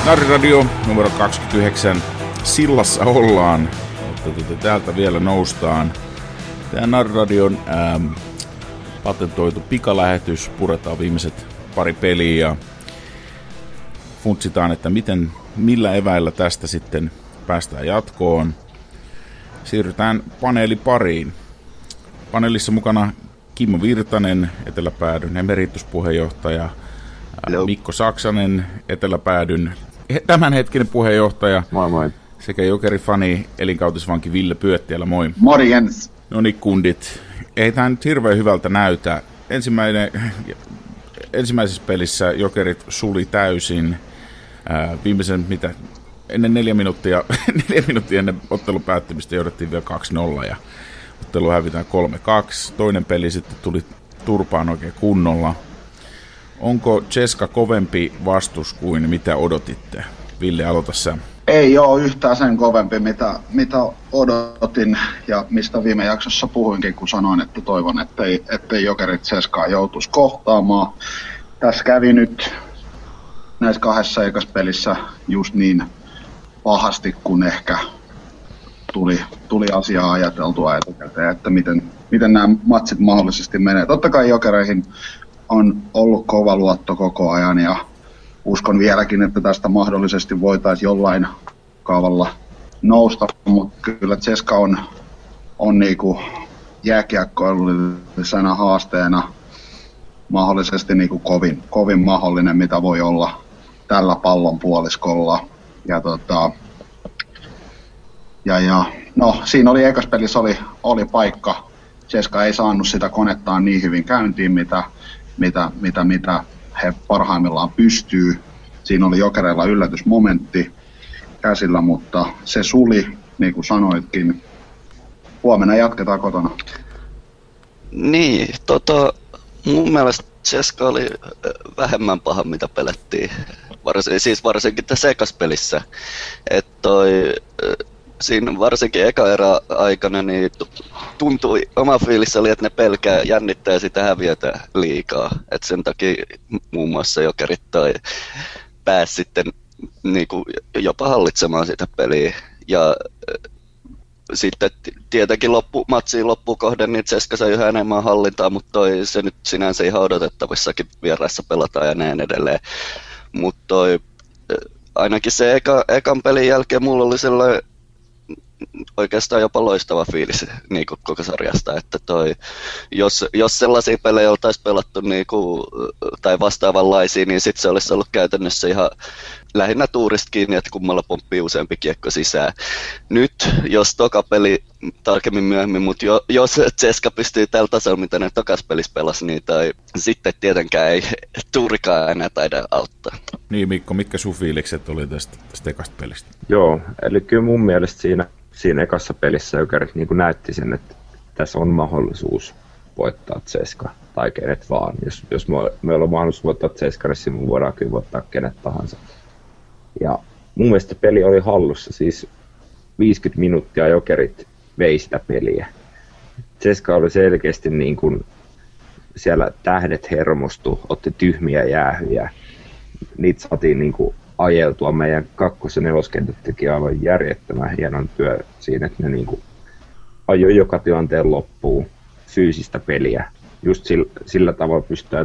Narriradio numero 29. Sillassa ollaan, mutta täältä vielä noustaan. Tämä Narriradion patentoitu pikalähetys, puretaan viimeiset pari peliä ja funtsitaan, että millä eväillä tästä sitten päästään jatkoon. Siirrytään paneelipariin. Paneelissa mukana Kimmo Virtanen, Eteläpäädyn emerituspuheenjohtaja, Mikko Saksanen, Eteläpäädyn tämänhetkinen puheenjohtaja. Moi moi. Sekä jokerifani, elinkautisvanki Ville Pyöttiälä, moi. Morjens. No niin, kundit. Ei tämä nyt hirveän hyvältä näytä. Ensimmäisessä pelissä jokerit suli täysin. Viimeisen, ennen 4 minuuttia ennen ottelun päättymistä jouduttiin vielä 2-0 ja ottelu hävitään 3-2. Toinen peli sitten tuli turpaan oikein kunnolla. Onko CSKA kovempi vastus kuin mitä odotitte? Ville, aloita sä. Ei ole yhtään sen kovempi, mitä odotin ja mistä viime jaksossa puhuinkin, kun sanoin, että toivon, ettei jokerit CSKA joutuisi kohtaamaan. Tässä kävi nyt näissä 2 ekassa pelissä just niin pahasti, kun ehkä tuli asiaa ajateltua etukäteen, että miten nämä matsit mahdollisesti menee. Totta kai jokereihin on ollut kova luotto koko ajan ja uskon vieläkin, että tästä mahdollisesti voitaisiin jollain kaavalla nousta, mutta kyllä CSKA on niinku jääkiekkoilullisena haasteena mahdollisesti niinku kovin mahdollinen, mitä voi olla tällä pallon puoliskolla. No, siinä oli ekas pelissä oli paikka. CSKA ei saanut sitä konettaan niin hyvin käyntiin, mitä he parhaimmillaan pystyy. Siinä oli jokereilla yllätysmomentti käsillä, mutta se suli, niin kuin sanoitkin. Huomenna jatketaan kotona. Niin, mun mielestä CSKA oli vähemmän paha, mitä pelättiin. Varsinkin tässä ekaspelissä. Siinä varsinkin eka erä aikana niin tuntui, oma fiilis oli, että ne pelkää jännittää ja sitä häviötä liikaa. Et sen takia muun muassa jokerit pääsi sitten niinku jopa hallitsemaan sitä peliä. Ja sitten tietenkin matsiin loppukohden niin CSKA sai yhä enemmän hallintaa, mutta se nyt sinänsä ihan odotettavissakin vieraissa pelataan ja näin edelleen. Mutta ainakin se ekan pelin jälkeen mulla oli sellainen oikeastaan jopa loistava fiilis niin koko sarjasta, että jos sellaisia pelejä oltaisiin pelattu tai vastaavanlaisia, niin sitten se olisi ollut käytännössä ihan lähinnä tuurista kiinni, että kummalla pomppii useampi kiekko sisään. Nyt, jos toka peli tarkemmin myöhemmin, mutta jos CSKA pystyy tällä tasolla, mitä ne tokas pelissä pelasi, niin sitten tietenkään ei tuurikaan enää taida auttaa. Niin Mikko, mitkä sun fiilikset oli tästä ekasta pelistä? Joo, eli kyllä mun mielestä siinä ekassa pelissä jokerit niin kuin näytti sen, että tässä on mahdollisuus voittaa CSKA tai kenet vaan. Jos meillä on mahdollisuus voittaa CSKA, niin me voidaan kyllä voittaa kenet tahansa. Ja mun mielestä peli oli hallussa, siis 50 minuuttia jokerit vei sitä peliä. CSKA oli selkeästi niin kuin siellä tähdet hermostu, otti tyhmiä jäähyjä. Niitä saatiin niin kuin ajeltua. Meidän kakkos- ja neloskentät teki aivan järjettömän hienon työ siinä, että ne niin kuin ajoi joka tilanteen loppuun fyysistä peliä. Just sillä tavalla pystytään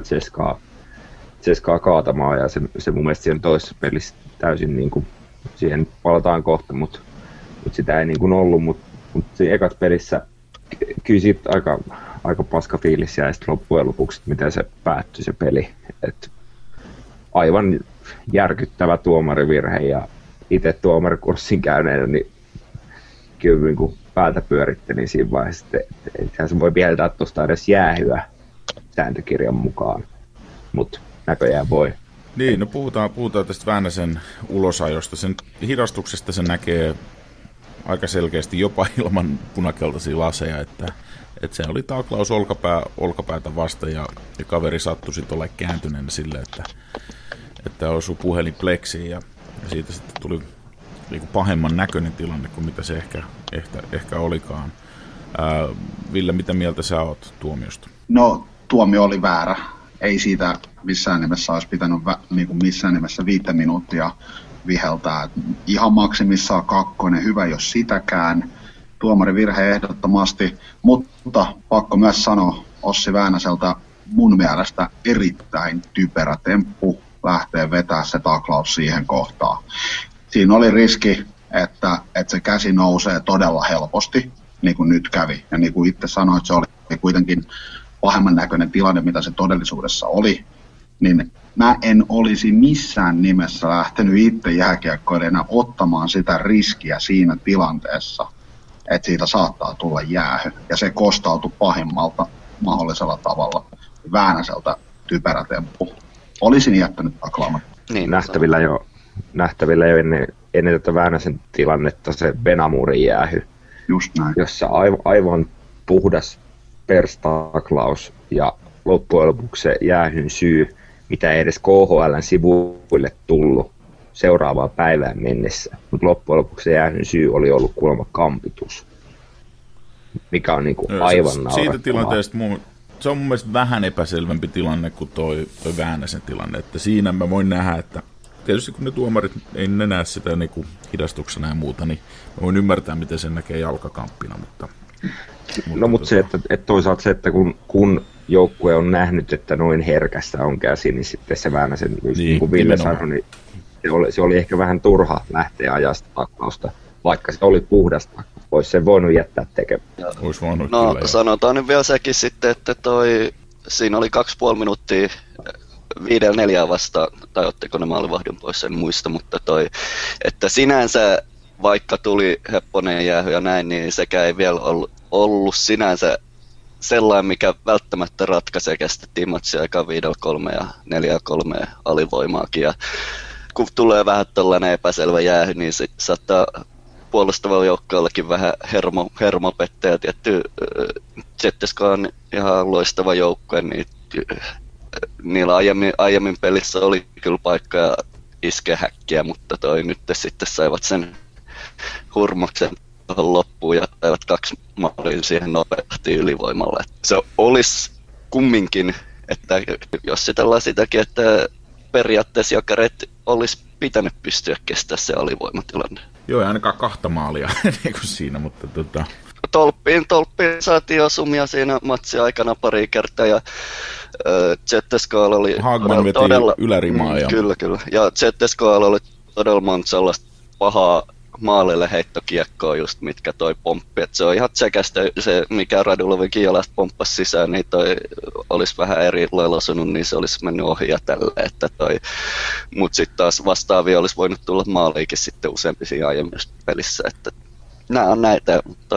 CSKA kaatamaan ja se mun mielestä siinä toisessa pelissä täysin niin kuin, siihen palataan kohta, mutta sitä ei niin kuin ollut, mutta siinä ekassa pelissä kyllä siitä aika paska fiilis ja sitten loppujen lopuksi, miten se päättyi se peli. Et aivan järkyttävä tuomarivirhe ja itse tuomarikurssin käyneenä, niin kyllä niin kuin päätä pyörittelin siinä vaiheessa, että se voi viheltää tuosta edes jäähyä sääntökirjan mukaan, mutta näköjään voi. Niin, no puhutaan tästä Väänäsen ulosajosta. Sen hidastuksesta se näkee aika selkeästi jopa ilman punakeltaisia laseja, että se oli taklaus olkapäätä vasta ja kaveri sattui sitten olemaan kääntyneenä sille, että osui puhelin pleksiin ja siitä sitten tuli niin pahemman näköinen tilanne kuin mitä se ehkä olikaan. Ville, mitä mieltä sä oot tuomiosta? No, tuomio oli väärä. Ei siitä missään nimessä olisi pitänyt missään nimessä 5 minuuttia viheltää. Ihan maksimissaan 2, hyvä jos sitäkään. Tuomari virhe ehdottomasti, mutta pakko myös sanoa Ossi Väänäseltä mun mielestä erittäin typerä temppu lähtee vetää se taklaus siihen kohtaan. Siinä oli riski, että se käsi nousee todella helposti, niin kuin nyt kävi. Ja niin kuin itse sanoit, se oli kuitenkin pahemman näköinen tilanne, mitä se todellisuudessa oli. Niin mä en olisi missään nimessä lähtenyt itse jääkiekkoilijana ottamaan sitä riskiä siinä tilanteessa, että siitä saattaa tulla jäähy. Ja se kostautui pahimmalta mahdollisella tavalla. Väänäseltä typerä temppu. Olisin jättänyt taklaamatta. Niin, nähtävillä jo ennen tätä Väänäsen tilannetta se Benamurin jäähy. Just näin. Jossa aivan puhdas perstaklaus ja loppujen lopuksi se jäähyn syy, mitä ei edes KHL:n sivuille tullut seuraavaan päivään mennessä. Mutta loppujen lopuksi se jäähyn syy oli ollut kuulemma kampitus, mikä on niinku aivan naurettavaa. Siitä tilanteesta se on mun mielestä vähän epäselvempi tilanne kuin toi Väänäsen tilanne. Että siinä mä voin nähdä, että tietysti kun ne tuomarit ei ne näe sitä niinku hidastuksena ja muuta, niin mä voin ymmärtää, miten sen näkee jalkakamppina. Mutta se, että toisaalta se, että kun joukkue on nähnyt, että noin herkässä on käsi, niin sitten se Väänäsen, niin kuin Ville sanoi, niin se oli ehkä vähän turha lähteä ajasta taklausta, vaikka se oli puhdasta. Olisi sen voinut jättää tekemättä. No sanotaan nyt vielä sekin sitten, että siinä oli 2,5 minuuttia 5-4 vastaan, tai ottiko ne maalivahdin pois, en muista, mutta että sinänsä vaikka tuli hepponen jäähy ja näin, niin sekä ei vielä ollut sinänsä sellainen, mikä välttämättä ratkaisee, kästettiin matsia aika 5-3 ja 4-3 alivoimaakin, ja kun tulee vähän tällainen epäselvä jäähy, niin se saattaa puolustavalla joukkueellakin vähän hermopettä, ja tietty Zetteska on ihan loistava joukkue, niin niillä aiemmin pelissä oli kyllä paikkoja iskeä häkkiä, mutta nyt sitten saivat sen hurmoksen tuohon loppuun ja saivat 2 maalia siihen nopeasti ylivoimalla. Se olisi kumminkin, että jos sitäkin, että periaatteessa Jokerit olisi pitänyt pystyä kestämään se alivoimatilanne. Joo, ei ainakaan 2 maalia niin kuin siinä, mutta Tolppiin saatiin osumia siinä matsin aikana pari kertaa, ja Zetteskaalla oli Hagman veti ylärimaa. Kyllä. Ja Zetteskaalla oli todella monta sellaista pahaa maalille heittokiekkoa just, mitkä toi pomppi. Et se on ihan tsekästä, se mikä Radulovin kielasta pomppasi sisään, niin toi olisi vähän eri lailla osunut, niin se olisi mennyt ohi ja tälle. Mutta sitten taas vastaavia olisi voinut tulla maaliikin sitten useampi siinä aiemmassa pelissä. Että nämä on näitä.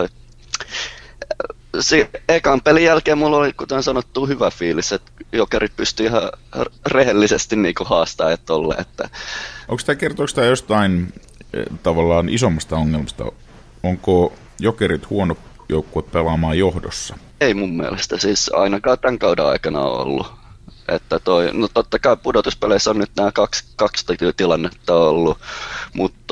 Ekan pelin jälkeen mulla oli, kuten sanottu, hyvä fiilis, että Jokerit pystyi ihan rehellisesti niinku haastaa ja tolle. Kertooko tämä jostain tavallaan isommasta ongelmasta? Onko Jokerit huono joukkue pelaamaan johdossa? Ei mun mielestä, siis ainakaan tämän kauden aikana on ollut. Että no totta kai pudotuspeleissä on nyt nämä kaksi tilannetta ollut, mutta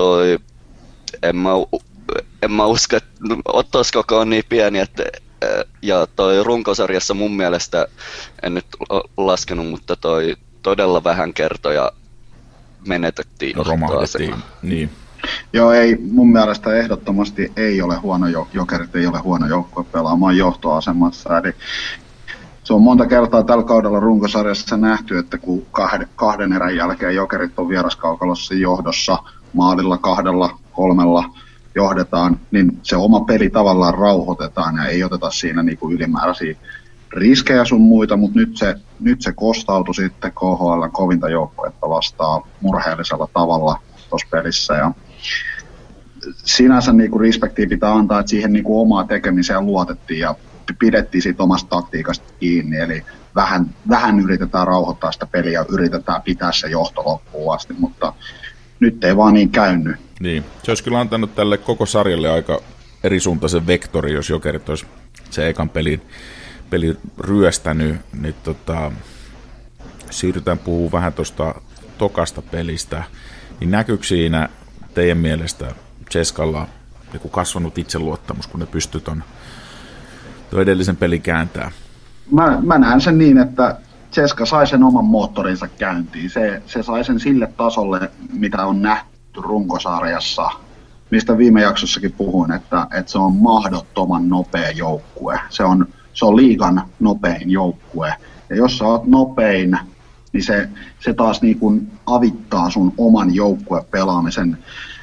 en mä usko, että ottauskoko on niin pieni, että ja runkosarjassa mun mielestä, en nyt laskenut, mutta todella vähän kertoja menetettiin. Romahdettiin, niin. Joo, ei, mun mielestä ehdottomasti ei ole huono Jokerit ei ole huono joukkue pelaamaan johtoasemassa, eli se on monta kertaa tällä kaudella runkosarjassa nähty, että kun 2 erän jälkeen Jokerit on vieraskaukalossa johdossa maalilla 2-3 johdetaan, niin se oma peli tavallaan rauhoitetaan ja ei oteta siinä niinku ylimääräisiä riskejä sun muita, mutta nyt se kostautui sitten KHL kovinta joukkuetta vastaan murheellisella tavalla tuossa pelissä. Ja sinänsä niinku respektiä pitää antaa, että siihen niinku omaa tekemiseen luotettiin ja pidettiin siitä omasta taktiikasta kiinni, eli vähän yritetään rauhoittaa sitä peliä ja yritetään pitää se johto loppuun asti, mutta nyt ei vaan niin käynyt. Niin, se olisi kyllä antanut tälle koko sarjalle aika erisuuntaisen vektori, jos Jokerit olisi se ekan peli ryöstänyt, niin siirrytään puhumaan vähän tuosta tokasta pelistä, niin näkyykö siinä teidän mielestä Ceskalla joku kasvanut itseluottamus, kun ne pystyy tuon edellisen pelin kääntää? Mä näen sen niin, että Ceska sai sen oman moottorinsa käyntiin. Se sai sen sille tasolle, mitä on keskitytty runkosarjassa, mistä viime jaksossakin puhuin, että se on mahdottoman nopea joukkue. Se on liigan nopein joukkue. Ja jos sä oot nopein, niin se taas niin kuin avittaa sun oman joukkuepelaamisen.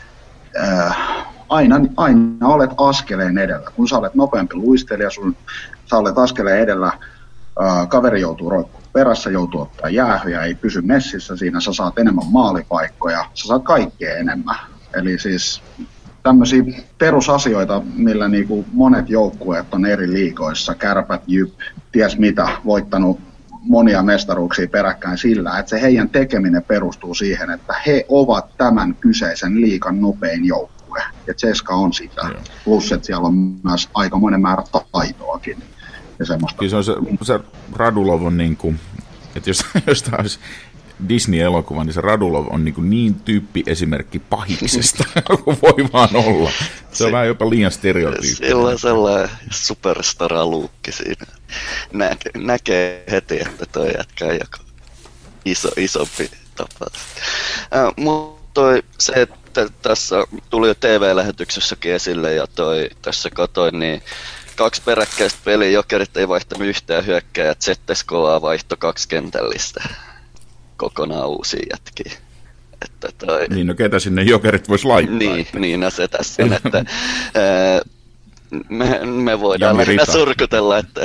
Aina olet askeleen edellä. Kun sä olet nopeampi luistelija, sä olet askeleen edellä, kaveri joutuu roikkumaan perässä, joutuu ottaa jäähyjä, ei pysy messissä siinä, sä saat enemmän maalipaikkoja, sä saat kaikkea enemmän. Eli siis tämmöisiä perusasioita, millä niinku monet joukkueet on eri liigoissa, Kärpät, Jyp, ties mitä, voittanut monia mestaruuksia peräkkäin sillä, että se heidän tekeminen perustuu siihen, että he ovat tämän kyseisen liigan nopein joukkue. Ja CSKA on sitä. Plus, että siellä on myös aikamoinen määrä taitoakin. Ja semmoista. Kyllä se Radulov on niin kuin, että jos tämä olisi Disney-elokuva, niin se Radulov on niin tyyppiesimerkki pahiksesta kuin voi vaan olla. Se on vähän jopa liian stereotyyppinen. Sillä on sellainen superstara-luukki siinä. Näkee heti, että toi jätkä on joku isompi tapaus. Mutta se, että tässä tuli jo TV-lähetyksessäkin esille ja tässä katoin, niin 2 peräkkäistä peliä, Jokerit ei vaihtanut yhtään hyökkääjää, ZSKA vaihto 2 kentällistä. Kokonaan uusia jätkiä. Niin, no ketä sinne Jokerit vois laittaa? Niin, se tässä on, että me voidaan lähinnä surkutella, että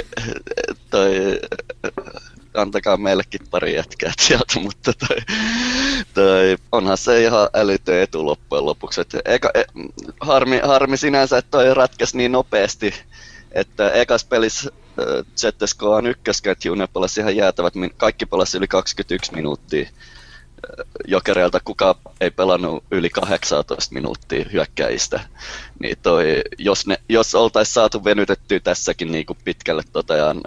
antakaa meillekin pari jätkää sieltä, mutta onhan se ihan älytön etu loppujen lopuksi. Harmi sinänsä, että toi ratkaisi niin nopeasti, että ekas pelissä ZSKA:n ykkösketjuun ne pelasi ihan jäätävät, kaikki pelasi yli 21 minuuttia. Jokereilta kukaan ei pelannut yli 18 minuuttia hyökkäjistä. Niin jos oltaisiin saatu venytettyä tässäkin niin kuin pitkälle ja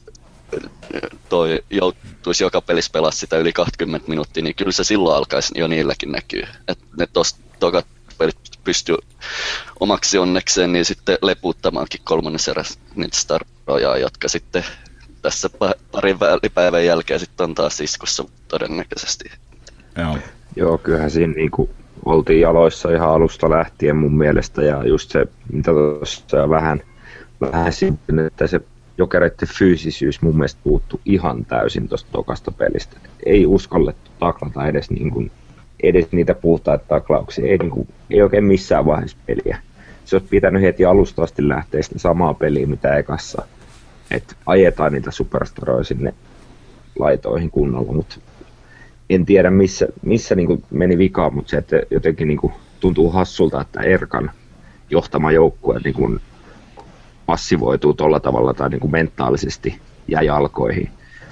joutuisi joka pelissä pelaa sitä yli 20 minuuttia, niin kyllä se silloin alkaisi jo niilläkin näkyy. Että ne tokat pelit pystyy omaksi onnekseen niin sitten lepuuttamaankin kolmannessa erässä niitä starroja, jotka sitten tässä parin välipäivän jälkeen sitten on taas iskussa todennäköisesti. Joo, kyllähän siinä niin oltiin jaloissa ihan alusta lähtien mun mielestä, ja just se, mitä tuossa vähän sitten, että se Jokereiden fyysisyys mun mielestä puuttu ihan täysin tuosta tokasta pelistä. Ei uskallettu taklata edes niitä puhtaita taklauksia, ei oikein missään vaiheessa peliä. Se olisi pitänyt heti alusta asti lähteä sitä samaa peliä, mitä ekassa, että ajetaan niitä superstaroja sinne laitoihin kunnolla, mutta en tiedä missä niin meni vikaan, mutta se, että jotenkin niin tuntuu hassulta, että Erkan johtama joukkue niin passivoituu tuolla tavalla tai niin mentaalisesti ja jalkoihin.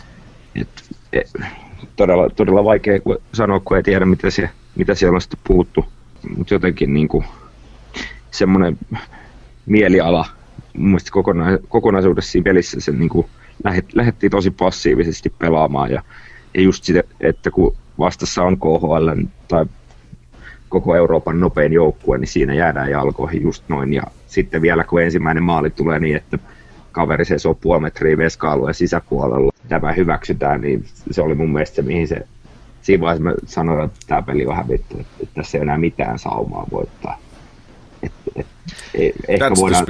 Todella vaikea sanoa, kun ei tiedä, mitä siellä on sitten puhuttu, mutta jotenkin niin semmoinen mieliala mun mielestä kokonaisuudessa siinä pelissä sen niin lähdettiin tosi passiivisesti pelaamaan ja just sitä, että kun vastassa on KHL tai koko Euroopan nopein joukkue, niin siinä jäädään jalkoihin just noin. Ja sitten vielä kun ensimmäinen maali tulee niin, että kaveri seisoo puoli metriä veska-alueen sisäpuolella, tämä hyväksytään, niin se oli mun mielestä se, mihin se siinä vaiheessa mä sanoin, että tämä peli on hävitty, että tässä ei enää mitään saumaa voittaa. Ehkä voidaan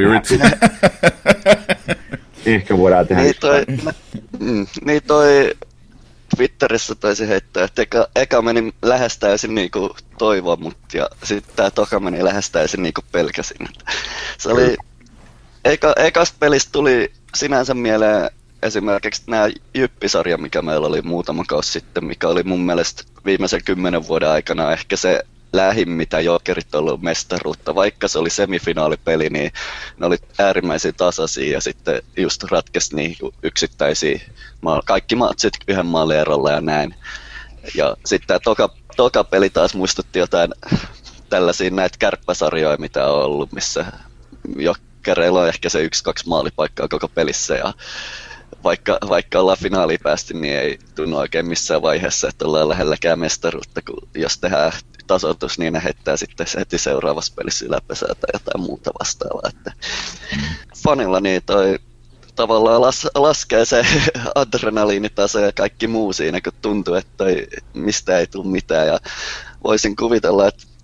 ehkä voidaan tehdä. Niin toi Twitterissä taisi heittää, että eka meni lähes täysin niinku toivomut ja sitten tää toka meni lähes täysin niinku pelkäsin. Se oli, ekasta pelistä tuli sinänsä mieleen esimerkiksi nämä Jyppisarja, mikä meillä oli muutama kausi sitten, mikä oli mun mielestä viimeisen 10 vuoden aikana ehkä se lähin, mitä Jokerit on ollut mestaruutta. Vaikka se oli semifinaalipeli, niin ne oli äärimmäisen tasaisia ja sitten just ratkesi niin yksittäisiä, kaikki matsit yhden maalin erolla ja näin. Ja sitten tämä toka peli taas muistutti jotain tällaisia näitä kärppäsarjoja, mitä on ollut, missä Jokereilla on ehkä se 1-2 maalipaikkaa koko pelissä ja vaikka ollaan finaaliin päästy, niin ei tunnu oikein missään vaiheessa, että ollaan lähelläkään mestaruutta, kun jos tehdään tasoitus, niin ne heittää sitten heti seuraavassa pelissä yläpesää tai jotain muuta vastaavaa. Että fanilla niin toi tavallaan laskee se adrenaliinitaso ja kaikki muu siinä, kun tuntuu, että mistä ei tule mitään. Ja voisin kuvitella, että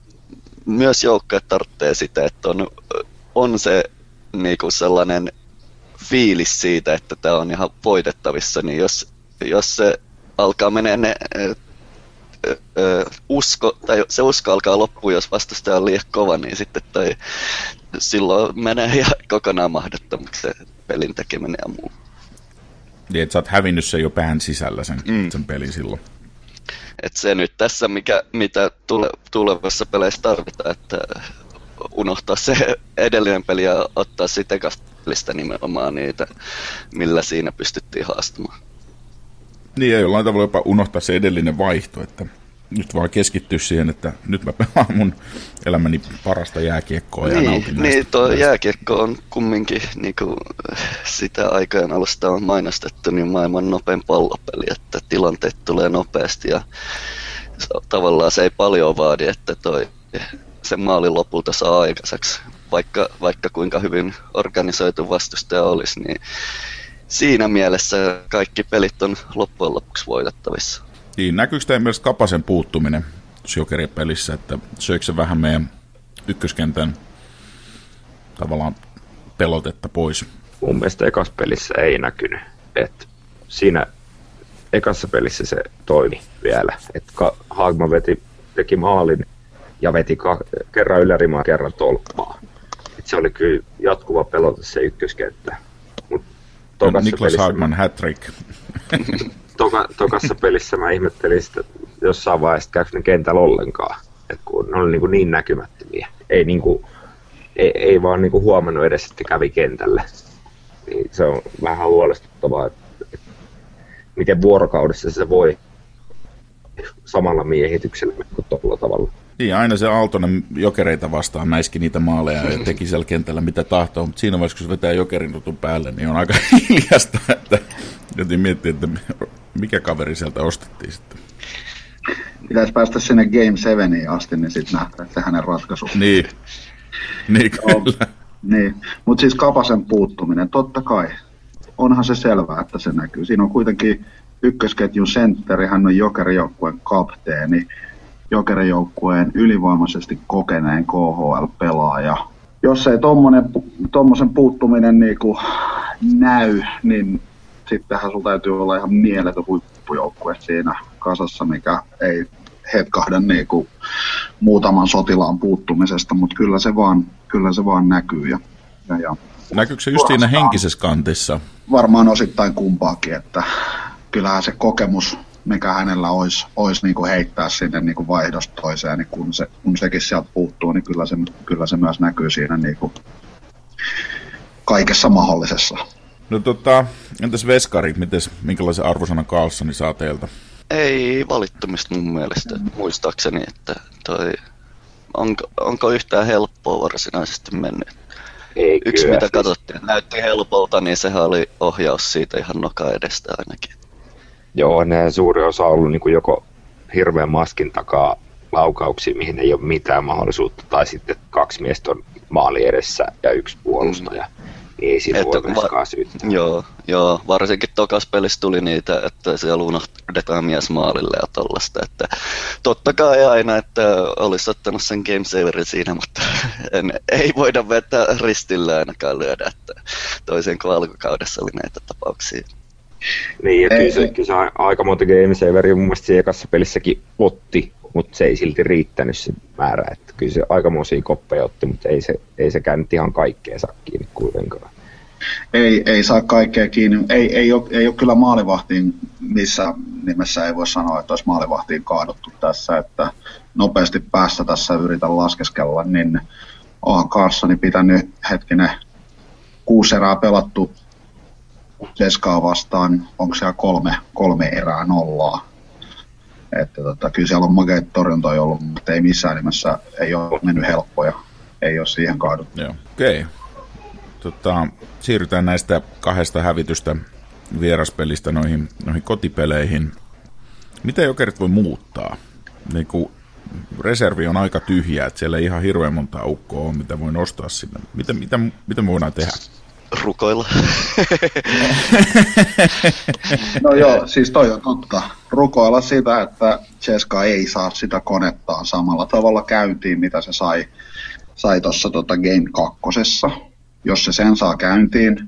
myös joukkueet tarvitsee sitä, että on se niinku sellainen fiilis siitä, että tämä on ihan voitettavissa, niin jos se alkaa menee ne se usko alkaa loppua, jos vastustaja on liian kova, niin sitten silloin menee ihan kokonaan mahdottomaksi se pelin tekeminen ja muu. Niin, että sä oot hävinnyt sen jo pään sisällä sen pelin silloin. Että se nyt tässä, mitä tulevassa peleissä tarvitaan, että unohtaa se edellinen peli ja ottaa siitä pelistä nimenomaan niitä, millä siinä pystyttiin haastamaan. Niin, ei jollain tavalla jopa unohtaa se edellinen vaihto, että nyt vaan keskittyä siihen, että nyt mä pelaan mun elämäni parasta jääkiekkoa ja nautin näistä. Niin, tuo jääkiekko on kumminkin, niin kuin sitä aikojen alusta on mainostettu, niin maailman nopein pallopeli, että tilanteet tulee nopeasti ja tavallaan se ei paljon vaadi, että se maali lopulta saa aikaiseksi, vaikka kuinka hyvin organisoitu vastustaja olisi, niin siinä mielessä kaikki pelit on loppujen lopuksi voitettavissa. Niin, näkyykö tämä myös Kapasen puuttuminen Jokerin pelissä, että söikö se vähän meidän ykköskentän tavallaan pelotetta pois? Mun mielestä ekassa pelissä ei näkynyt. Et siinä ekassa pelissä se toimi vielä. Hagman teki maalin ja veti kerran ylärimaa, kerran tolppaa. Et se oli kyllä jatkuva pelote se ykköskenttä. Niklas Hagman hat-trick. Tokassa pelissä mä ihmettelin sitä jossain vaiheessa, käykö ne kentällä ollenkaan. Et kun ne oli niin näkymättömiä. Ei vaan niin huomannut edes, että kävi kentällä. Niin se on vähän huolestuttavaa, että miten vuorokaudessa se voi samalla miehityksellä kuin tuolla tavalla. Niin, aina se Aaltonen Jokereita vastaan mäiski niitä maaleja ja teki siellä kentällä mitä tahtoo, mutta siinä vaiheessa, kun se vetää Jokerin rutun päälle, niin on aika hiljasta, että joten miettiä, että mikä kaveri sieltä ostettiin sitten. Pitäisi päästä sinne Game 7 asti, niin sitten nähdään se hänen ratkaisu. Niin kyllä. Niin, mutta siis Kapasen puuttuminen, totta kai, onhan se selvää, että se näkyy. Siinä on kuitenkin ykkösketjun sentteri, hän on Jokerijoukkueen kapteeni, Jokerijoukkueen ylivoimaisesti kokeneen KHL-pelaaja. Jos ei tommosen puuttuminen niinku näy, niin sittenhän sulla täytyy olla ihan mieletön huippujoukkue siinä kasassa, mikä ei hetkahda niinku muutaman sotilaan puuttumisesta, mutta kyllä se vaan näkyy. Ja näkyykö se just siinä henkisessä kantissa? Varmaan osittain kumpaakin, että kyllähän se kokemus, mikä hänellä olisi niin kuin heittää sinne niin kuin vaihdosta toiseen, niin kun sekin sieltä puuttuu, niin kyllä se myös näkyy siinä niin kuin kaikessa mahdollisessa. No entäs veskari, minkälaisen arvosanan Karlssoni saa teiltä? Ei valittamista mun mielestä, muistaakseni, että onko yhtään helppoa varsinaisesti mennyt. Ei, yksi mitä katsottiin, näytti helpolta, niin sehän oli ohjaus siitä ihan noka edestä ainakin. Joo, ne suuri osa on ollut niin joko hirveän maskin takaa laukauksia, mihin ei ole mitään mahdollisuutta, tai sitten 2 miestä on maali edessä ja 1 puolustaja. Niin ei siinä voi myöskään syyttää. Joo, varsinkin tokas pelissä tuli niitä, että siellä unohdetaan mies maalille ja tollaista. Että totta kai aina, että olisi ottanut sen game saverin siinä, mutta ei voida vetää ristillä ainakaan lyödä, että toisen kuin alkukaudessa oli näitä tapauksia. Niin, ja kyllä se aika monta game saveria mun mielestä siinä ekassa pelissäkin otti, mutta se ei silti riittänyt se määrä. Että kyllä se aikamoisia koppeja otti, mutta ei sekään nyt ihan kaikkea saa kiinni kuitenkaan. Ei saa kaikkea kiinni. Ei ole kyllä maalivahtiin missä nimessä ei voi sanoa, että olisi maalivahtiin kaaduttu tässä. Että nopeasti päässä tässä yritän laskeskella, niin onhan Karlssoni pitänyt 6 erää pelattu Seskaa vastaan. Onko siellä 3 erää 0? Että kyllä siellä on makeita torjuntoja ollut, mutta ei missään nimessä ei ole mennyt helppoja. Ei ole siihen kaaduttu. Okei. Siirrytään näistä 2 hävitystä vieraspelistä noihin kotipeleihin. Mitä Jokerit voi muuttaa? Niin kuin reservi on aika tyhjä, että siellä ei ihan hirveän monta aukkoa ole, mitä voi nostaa sinne. Mitä me voidaan tehdä? rukoilla. No joo, siis toi on totta. Rukoilla sitä, että CSKA ei saa sitä konettaan samalla tavalla käyntiin, mitä se sai tuossa Game 2. Jos se sen saa käyntiin,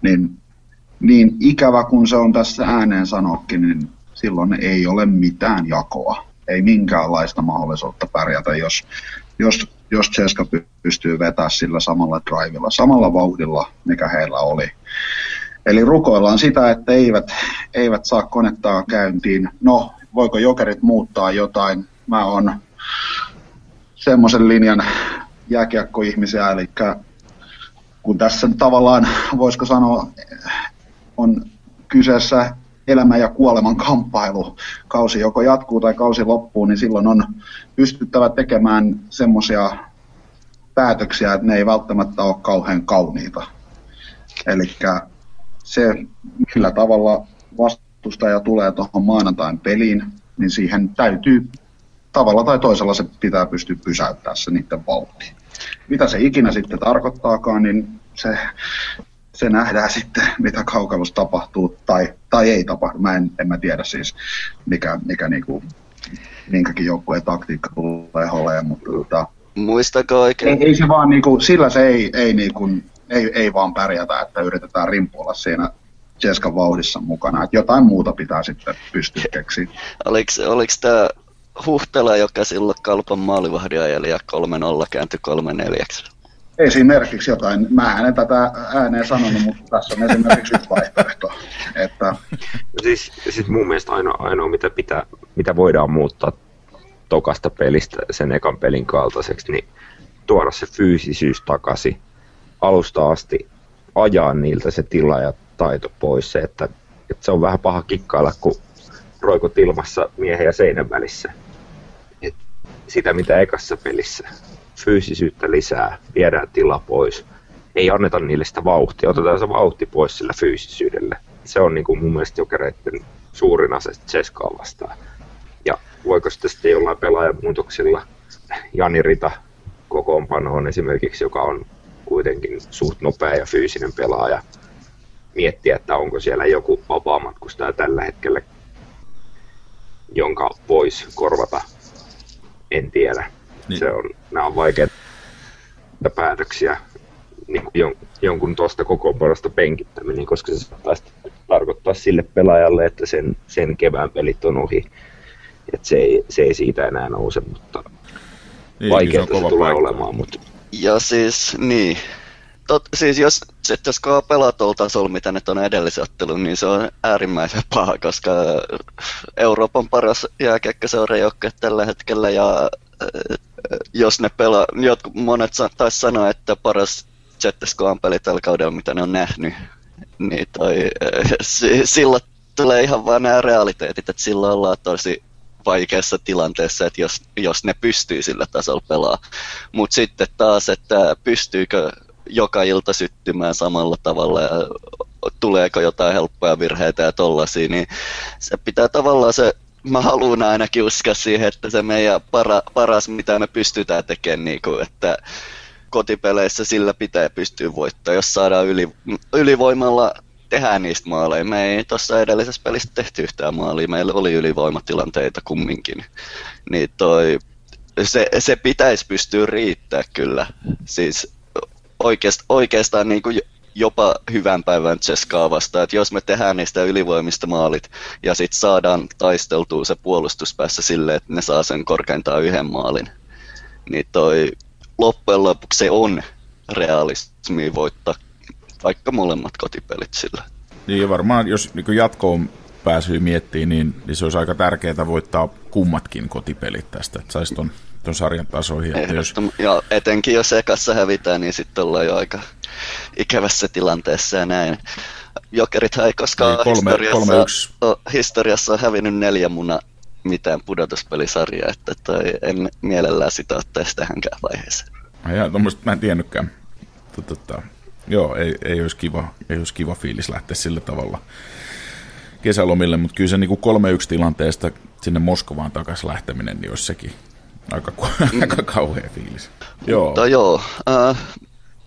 niin ikävä kun se on tässä ääneen sanokin, niin silloin ei ole mitään jakoa. Ei minkäänlaista mahdollisuutta pärjätä, jos CSKA pystyy vetämään sillä samalla drivilla, samalla vauhdilla, mikä heillä oli. Eli rukoillaan sitä, että eivät saa konettaa käyntiin. No, voiko Jokerit muuttaa jotain? Mä oon semmoisen linjan jääkiekkoihmisiä, eli kun tässä tavallaan, voisiko sanoa, on kyseessä elämän ja kuoleman kamppailu, kausi joko jatkuu tai kausi loppuu, niin silloin on pystyttävä tekemään semmoisia päätöksiä, että ne ei välttämättä ole kauhean kauniita. Eli se, millä tavalla vastustaja tulee tuohon maanantain peliin, niin siihen täytyy tavalla tai toisella se pitää pystyä pysäyttämään se niiden vauhtiin. Mitä se ikinä sitten tarkoittaakaan, niin se nähdään sitten, mitä kaukalossa tapahtuu tai ei tapahdu. En mä tiedä siis, mikä niinku, minkäkin joukkueen taktiikka tulee olemaan, mutta muistako oikein? Ei se vaan niinku, sillä se ei vaan pärjätä, että yritetään rimpuilla siinä CSKAn vauhdissa mukana. Että jotain muuta pitää sitten pystyä keksiä. Oliko tämä Huhtela, joka silloin Kalpan maalivahdin ajeli ja 3-0 kääntyi 3-4? Esimerkiksi jotain. Mä en tätä ääneen sanonut, mutta tässä on esimerkiksi yksi vaihtoehto. Että Siis mun mielestä ainoa mitä voidaan muuttaa tokasta pelistä sen ekan pelin kaltaiseksi, niin tuoda se fyysisyys takaisin alusta asti, ajaa niiltä se tila ja taito pois. Se, että se on vähän paha kikkailla, kun roikot ilmassa miehen ja seinän välissä. Et sitä mitä ekassa pelissä. Fyysisyyttä lisää, viedään tila pois. Ei anneta niille sitä vauhtia, otetaan se vauhti pois sillä fyysisyydellä. Se on niin kuin mun mielestä Jokereiden suurin ase CSKAa vastaan. Ja voiko sitten jollain pelaajamuutoksilla Jani Rita kokoonpanoon esimerkiksi, joka on kuitenkin suht nopea ja fyysinen pelaaja, miettiä, että onko siellä joku vapaamatkustaja tällä hetkellä, jonka voisi korvata, en tiedä. Niin. Nämä on vaikeita päätöksiä, niin jonkun tuosta kokoonpanosta penkittäminen, koska se saattaa tarkoittaa sille pelaajalle, että sen kevään pelit on ohi. Että se ei siitä enää nouse, mutta niin, vaikeaa se tulee olemaan. Mutta ja siis, niin. Siis jos pelaa tuolla tasolla, mitä nyt on edellisen ottelun, niin se on äärimmäisen paha, koska Euroopan paras jääkiekkoseura joukkue tällä hetkellä, ja jos ne monet taisi sanoa, että paras ZSKAn peli tällä kaudella, mitä ne on nähnyt, niin silloin tulee ihan vaan nämä realiteetit, että silloin ollaan tosi vaikeassa tilanteessa, että jos ne pystyy sillä tasolla pelaa. Mutta sitten taas, että pystyykö joka ilta syttymään samalla tavalla ja tuleeko jotain helppoja virheitä ja tollasia, niin se pitää tavallaan mä haluan ainakin uskoa siihen, että se meidän paras, mitä me pystytään tekemään, niin kuin, että kotipeleissä sillä pitää pystyä voittamaan, jos saadaan ylivoimalla tehdään niistä maaleja. Me ei tuossa edellisessä pelissä tehty yhtään maalia, meillä oli ylivoimatilanteita kumminkin. Niin se pitäisi pystyä riittää kyllä. Siis oikeastaan niin kuin jopa hyvän päivän CSKAa vastaan, että jos me tehdään niistä ylivoimista maalit ja sitten saadaan taisteltua se puolustuspäässä silleen, että ne saa sen korkeintaan yhden maalin, niin loppujen lopuksi se on realismi voittaa vaikka molemmat kotipelit sillä. Niin ja varmaan, jos niin jatkoon pääsyy miettimään, niin se olisi aika tärkeää voittaa kummatkin kotipelit tästä, että saisi ton sarjan tasoihin. Ja etenkin jos ekassa hävitään, niin sitten ollaan jo aika ikävässä tilanteessa ja näin. Jokerithan ei koskaan historiassa on hävinnyt 4 mitään pudotuspelisarjaa, että en mielellään sitä ottaisi tähänkään vaiheeseen. Tuommoista mä en tiennytkään. Joo, ei olisi kiva fiilis lähteä sillä tavalla kesälomille, mutta kyllä se niin kuin 3-1 tilanteesta sinne Moskovaan takaisin lähteminen, niin olisi sekin aika kauhea fiilis. Mutta joo,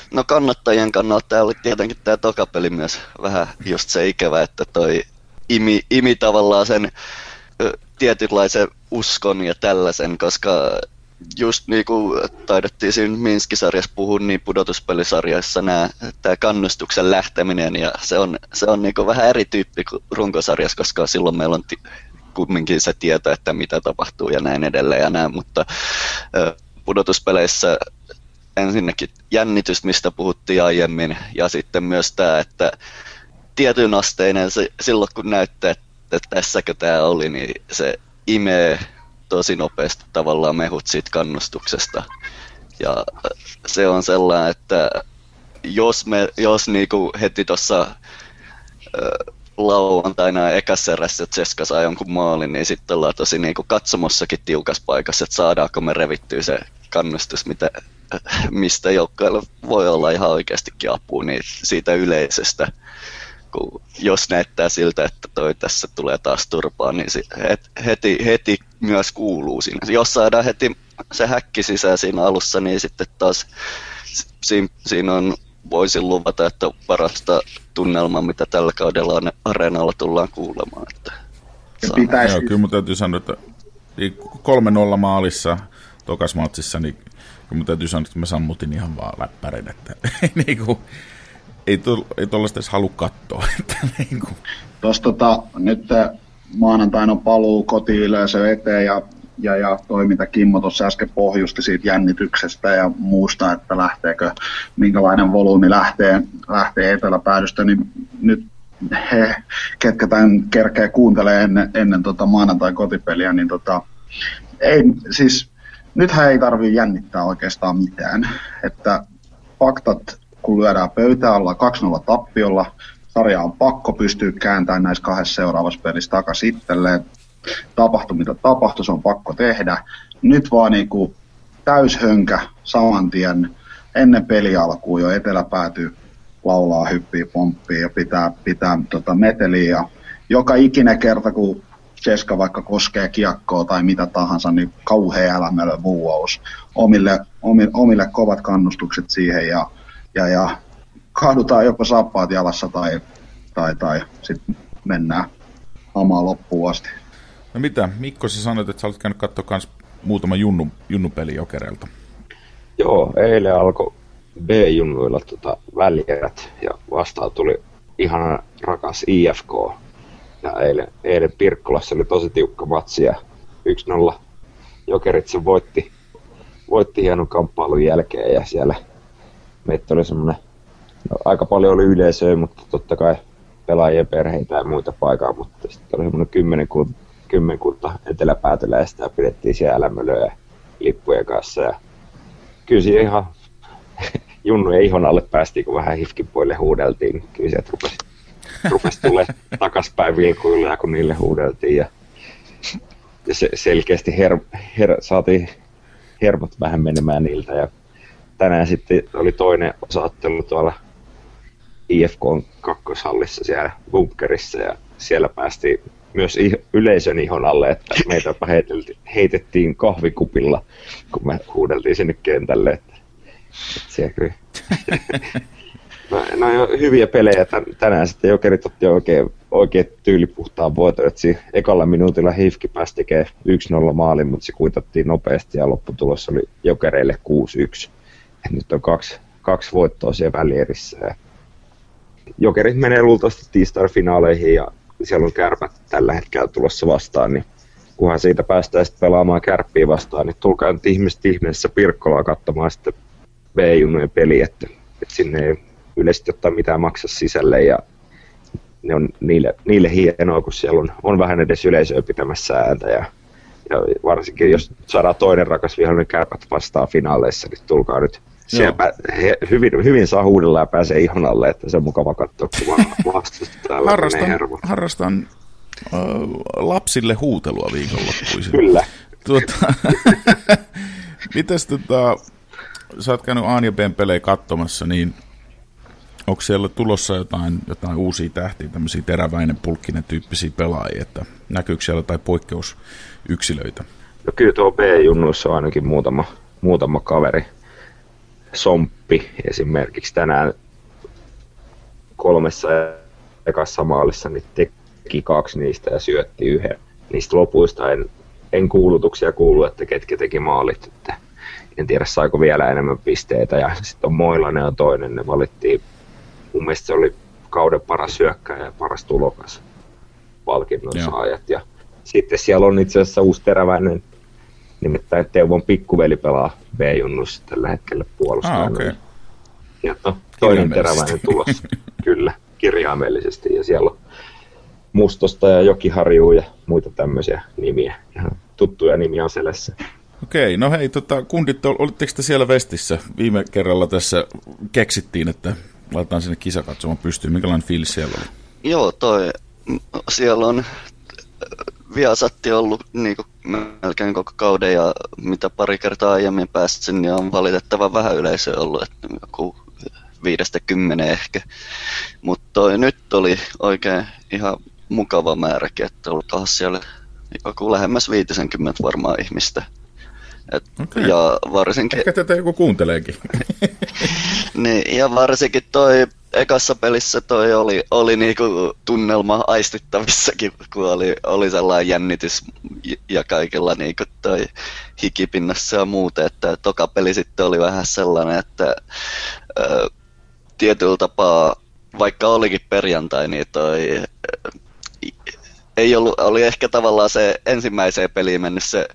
No kannattajien kannalta tämä oli tietenkin tämä toka peli myös vähän just se ikävä, että toi imi tavallaan sen tietynlaisen uskon ja tällaisen, koska just niin kuin taidettiin siinä Minsk-sarjassa puhua, niin pudotuspelisarjassa tämä kannustuksen lähteminen, ja se on niin kuin vähän eri tyyppi kuin runkosarjassa, koska silloin meillä on kumminkin se tieto, että mitä tapahtuu ja näin edelleen ja näin, mutta pudotuspeleissä ensinnäkin jännitys, mistä puhuttiin aiemmin, ja sitten myös tämä, että tietyn asteinen silloin kun näyttää, että tässäkö tämä oli, niin se imee tosi nopeasti tavallaan mehut siitä kannustuksesta. Ja se on sellainen, että jos niinku heti tuossa lauantaina ekassa erässä Ceska saa jonkun maalin, niin sitten ollaan tosi niinku katsomossakin tiukassa paikassa, että saadaanko me revittyä se kannustus, mistä joukkoilla voi olla ihan oikeastikin apua, niin siitä yleisestä. Jos näyttää siltä, että toi tässä tulee taas turpaan, niin heti myös kuuluu siinä. Jos saadaan heti se häkki sisään siinä alussa, niin sitten taas siinä on, voisin luvata, että parasta tunnelmaa, mitä tällä kaudella areenalla tullaan kuulemaan. Että joo, kyllä mun täytyy sanoa, että 3-0 maalissa tokasmatsissa, niin kyllä mun täytyy sanoa, että mä sammutin ihan vaan läppärin, että ei tuollaista edes halua katsoa. Tuossa nyt maanantaina on paluu koti-yleisö eteen ja toiminta Kimmo tuossa äsken pohjusti siitä jännityksestä ja muusta, että minkälainen volyymi lähtee eteläpäädystä, niin nyt he, ketkä tämän kerkeä kuuntelee ennen maanantain kotipeliä, niin nythän ei tarvitse jännittää oikeastaan mitään, että faktat kun lyödään pöytään, ollaan 2-0 tappiolla, sarja on pakko pystyä kääntämään näissä 2 seuraavassa pelissä takaisin itselleen. Tapahtui mitä tapahtui, se on pakko tehdä. Nyt vaan niinku täyshönkä saman tien ennen peli alkuun jo eteläpäätyy laulaa, hyppii, pomppii ja pitää meteliä. Ja joka ikinen kerta, kun Ceska vaikka koskee kiekkoa tai mitä tahansa, niin kauhea älämölö vuuaus. Omille kovat kannustukset siihen ja kaadutaan jopa saappaat jalassa tai sitten mennään hamaan loppuun asti. No mitä, Mikko, sä sanoit, että sä olet käynyt katsoa myös muutama junnupeli Jokereilta. Joo, eilen alkoi B-junnuilla välierät ja vastaan tuli ihana rakas IFK. Ja eilen Pirkkolassa oli tosi tiukka matsi ja 1-0 Jokerit sen voitti hienon kamppailun jälkeen ja siellä meitä oli semmoinen, aika paljon oli yleisöä, mutta totta kai pelaajien perheitä ja muita paikalla, mutta sitten oli semmoinen kymmenkunta eteläpäätöläistä ja pidettiin siellä älämölöä lippujen kanssa. Ja kyllä siinä ihan junnujen ihon alle päästiin, kun vähän hifkipoille huudeltiin, niin kyllä sieltä rupesi tulee takaspäin vilkuiluja, kun niille huudeltiin. Ja selkeästi saatiin hermot vähän menemään niiltä. Ja tänään sitten oli toinen osaattelu tuolla IFK:n kakkoshallissa siellä bunkkerissa ja siellä päästiin myös yleisön ihon alle, että meitä heitettiin kahvikupilla, kun me huudeltiin sinne kentälle. Että siellä kyllä. No hyviä pelejä tänään sitten Jokerit otti oikein tyylipuhtaan voiton, että siinä ekalla minuutilla Hifki pääsi tekemään 1-0 maalin, mutta se kuitattiin nopeasti ja lopputulos oli Jokereille 6-1. Nyt on kaksi voittoa siellä välierissä. Jokerit menee luultavasti tiistai-finaaleihin ja siellä on Kärpät tällä hetkellä tulossa vastaan, niin kunhan siitä päästään sitten pelaamaan Kärppiä vastaan, niin tulkaa nyt ihmeessä Pirkkolaa katsomaan sitten B-junnujen peliä, että sinne ei yleisesti ottaa mitään maksa sisälle ja ne on niille hienoa, kun siellä on vähän edes yleisöä pitämässä ääntä ja varsinkin jos saadaan toinen rakas vihollinen Kärpät vastaan finaaleissa, niin tulkaa nyt. Siellä hyvin saa huudella ja pääsee ihon alle, että se on mukava katsoa, kun vastustaa. Harrastan lapsille huutelua viikonloppuisin. Kyllä. Mites sä oot käynyt A ja B:n pelejä katsomassa, niin onko siellä tulossa jotain uusia tähtiä, tämmöisiä Teräväinen, Pulkkinen tyyppisiä pelaajia, että näkyykö siellä jotain poikkeusyksilöitä? No kyllä tuo B-junnuissa on ainakin muutama kaveri. Somppi esimerkiksi tänään 3 ekassa maalissa niin teki 2 niistä ja syötti 1. Niistä lopuista en kuulutuksia kuulu, että ketkä teki maalit. Että en tiedä, saiko vielä enemmän pisteitä. Ja sitten on Moilanen ja toinen, ne valittiin. Mun mielestä se oli kauden paras hyökkääjä ja paras tulokas palkinnon saajat. Ja sitten siellä on itse asiassa uusi teräväinen, nimittäin Teuvon pikkuveli pelaa B-junnussa tällä hetkellä puolustajana. Okay. Ja toinen teräväinen tulossa, kyllä, kirjaimellisesti. Ja siellä on Mustosta ja Jokiharjua ja muita tämmöisiä nimiä. Ihan tuttuja nimiä on selässä. Okei, no hei, kundit, olitteko te siellä Vestissä? Viime kerralla tässä keksittiin, että laitetaan sinne kisakatsomaan pystyyn. Minkälainen fiilis siellä oli? Joo, siellä on Viasatti ollut niinku melkein koko kauden ja mitä pari kertaa aiemmin päästin, niin on valitettavan vähän yleisöä ollut, että joku 5-10 ehkä. Mutta nyt oli oikein ihan mukava määräkin, että olikohan siellä joku lähemmäs 50 varmaan ihmistä. Okay. Ja varsinkin... Ehkä tätä joku kuunteleekin. Niin, ja varsinkin ekassa pelissä oli niinku tunnelma aistittavissakin, kun oli sellainen jännitys ja kaikilla niinku hikipinnassa ja muuta, että toka peli sitten oli vähän sellainen, että tietyllä tapaa, vaikka olikin perjantai, niin oli ehkä tavallaan se ensimmäiseen peliin mennyt se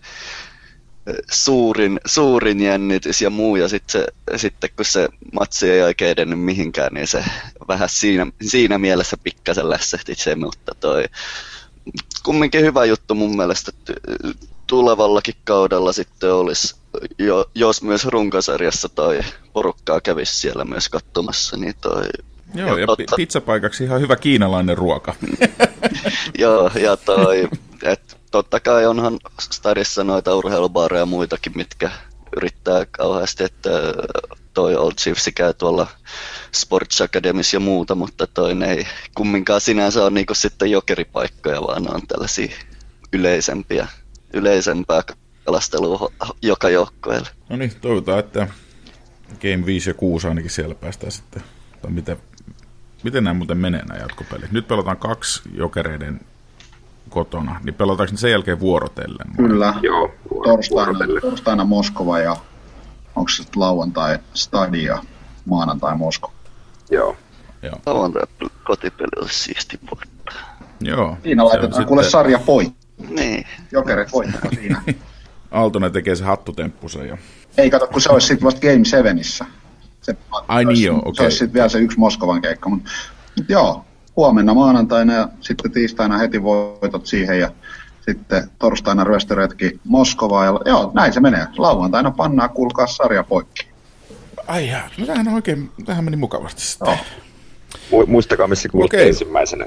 suurin jännitys ja muu, ja sitten kun se matsi ei oikein edennyt mihinkään, niin se vähän siinä mielessä pikkasen lässähti se, mutta kumminkin hyvä juttu mun mielestä, että tulevallakin kaudella sitten olisi, jos myös runkosarjassa porukkaa kävisi siellä myös katsomassa, niin Joo, ja pizzapaikaksi ihan hyvä kiinalainen ruoka. Joo, ja että totta kai onhan stadissa noita urheilubaareja ja muitakin, mitkä yrittää kauheasti, että Old Chiefs käy tuolla Sports Academys ja muuta, mutta ne ei kumminkaan sinänsä ole niinku sitten jokeripaikkoja, vaan ne on tällaisia yleisempää kalastelua joka joukkueelle. No niin, toivotaan, että Game 5 ja 6 ainakin siellä päästään sitten. Miten nämä muuten menee nämä jatkopelit? Nyt pelataan 2 jokereiden kotona, niin pelataanko sen jälkeen vuorotellen? Kyllä, joo, torstaina Moskova ja onko se lauantai Stadi ja maanantai Moskova? Joo. Lauantai kotipeli olisi siisti voittaa. Joo. Siinä laitetaan kuule sarja poikki. Niin. Jokerit voittaa siinä. Aaltonen tekee se hattutemppusen jo. Ei kato, kun se olisi sitten vasta Game 7:ssä. Ai niin joo, okei. Se olisi sitten vielä se yksi Moskovan keikka, mutta joo, huomenna maanantaina ja sitten tiistaina heti voitot siihen ja sitten torstaina ryöstöretki Moskovaan ja joo, näin se menee. Lauantaina pannaan, kuulkaa sarja poikki. Ai jaa, no tämähän meni mukavasti sitten. Muistakaa, missä kuulitte ensimmäisenä.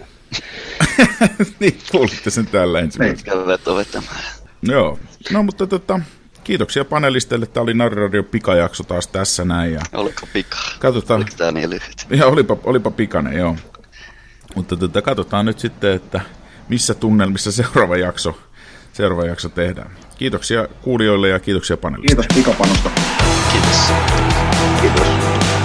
Niin, kuulitte sen täällä ensimmäisenä. Joo, no mutta kiitoksia panelisteille. Tämä oli Narriradio pikajakso taas tässä näin. Ja oliko pika? Katsotaan. Oliko tämä niin lyhyt? Ja olipa pikainen, joo. Mutta katsotaan nyt sitten, että missä tunnelmissa seuraava jakso tehdään. Kiitoksia kuulijoille ja kiitoksia panelisteille. Kiitos pikapanosta. Kiitos. Kiitos.